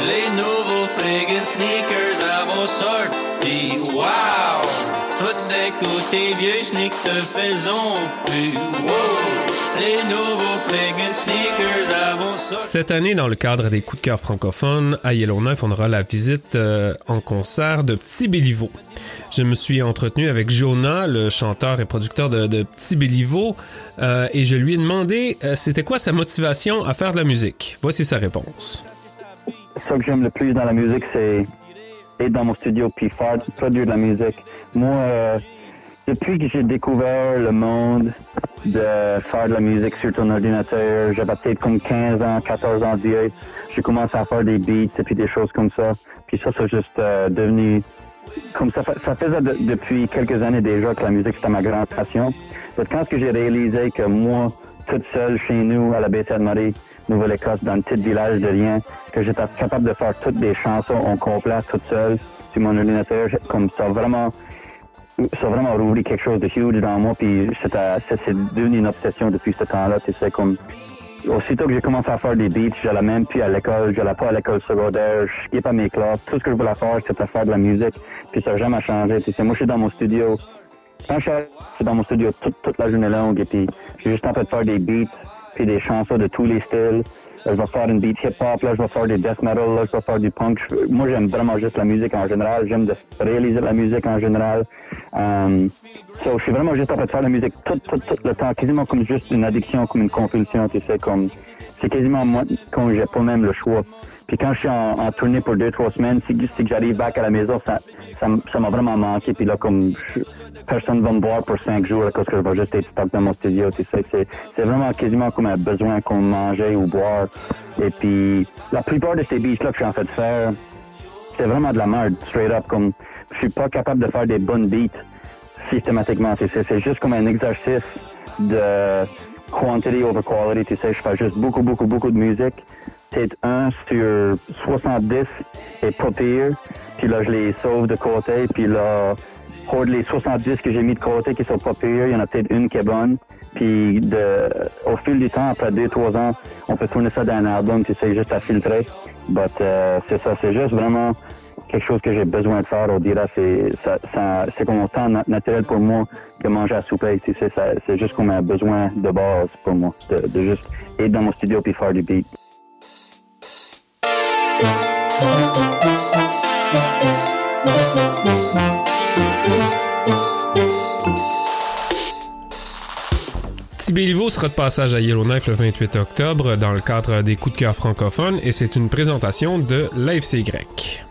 les nouveaux friggin' sneakers à vos sorties. Wow! Tout des côtés vieux sneakers te faisons plus. Wow! Les nouveaux friggin' sneakers à vos sorties. Cette année, dans le cadre des coups de cœur francophones, à Yellowknife, on aura la visite en concert de Petit Béliveau. Je me suis entretenu avec Jonah, le chanteur et producteur de Petit Béliveau, et je lui ai demandé c'était quoi sa motivation à faire de la musique. Voici sa réponse. Ce que j'aime le plus dans la musique, c'est être dans mon studio puis produire de la musique. Moi, depuis que j'ai découvert le monde de faire de la musique sur ton ordinateur, j'avais peut-être comme 15 ans, 14 ans vieux, j'ai commencé à faire des beats et puis des choses comme ça. Puis ça, c'est juste devenu... Comme ça faisait depuis quelques années déjà que la musique, c'était ma grande passion. Donc, quand j'ai réalisé que moi, toute seule chez nous, à la baie Sainte-Marie, Nouvelle-Écosse, dans le petit village de rien, que j'étais capable de faire toutes des chansons en complet, toute seule, sur mon ordinateur, comme ça a vraiment rouvri quelque chose de huge dans moi, puis c'est devenu une obsession depuis ce temps-là. C'est comme, aussitôt que j'ai commencé à faire des beats, j'allais même plus à l'école, j'allais pas à l'école secondaire, je skippais pas mes classes, tout ce que je voulais faire, c'était faire de la musique, puis ça n'a jamais changé. Moi, je suis dans mon studio, quand je suis dans mon studio toute la journée longue, et puis j'ai juste en fait de faire des beats, puis des chansons de tous les styles. Là, je vais faire une beat hip-hop, là, je vais faire des death metal, là, je vais faire du punk. Moi, j'aime vraiment juste la musique en général. J'aime de réaliser la musique en général. Je suis vraiment juste en train de faire la musique tout le temps, quasiment comme juste une addiction, comme une compulsion, tu sais, comme... C'est quasiment moi, quand j'ai pas même le choix. Puis quand je suis en tournée pour 2-3 semaines, si que j'arrive back à la maison, ça m'a vraiment manqué. Puis là, comme personne va me voir pour 5 jours parce que je vais juste être stock dans mon studio. Tu sais, c'est vraiment quasiment comme un besoin qu'on mangeait ou boire. Et puis la plupart de ces beats-là que je suis en train de faire, c'est vraiment de la merde, straight up. Comme je suis pas capable de faire des bonnes beats systématiquement. C'est juste comme un exercice de quantity over quality. Tu sais, je fais juste beaucoup de musique. Peut-être 1 sur 70 et pas pire. Puis là, je les sauve de côté. Puis là, pour les 70 que j'ai mis de côté qui sont pas pires, il y en a peut-être une qui est bonne. Puis au fil du temps, après 2-3 ans, on peut tourner ça dans un album. Tu sais, juste à filtrer. But c'est ça, c'est juste vraiment quelque chose que j'ai besoin de faire. On dirait c'est comme autant naturel pour moi que manger à souper. Tu sais, c'est juste comme un besoin de base pour moi, de juste être dans mon studio puis faire du beat. Petit Béliveau sera de passage à Yellowknife le 28 octobre dans le cadre des coups de cœur francophones et c'est une présentation de l'AFC Grec.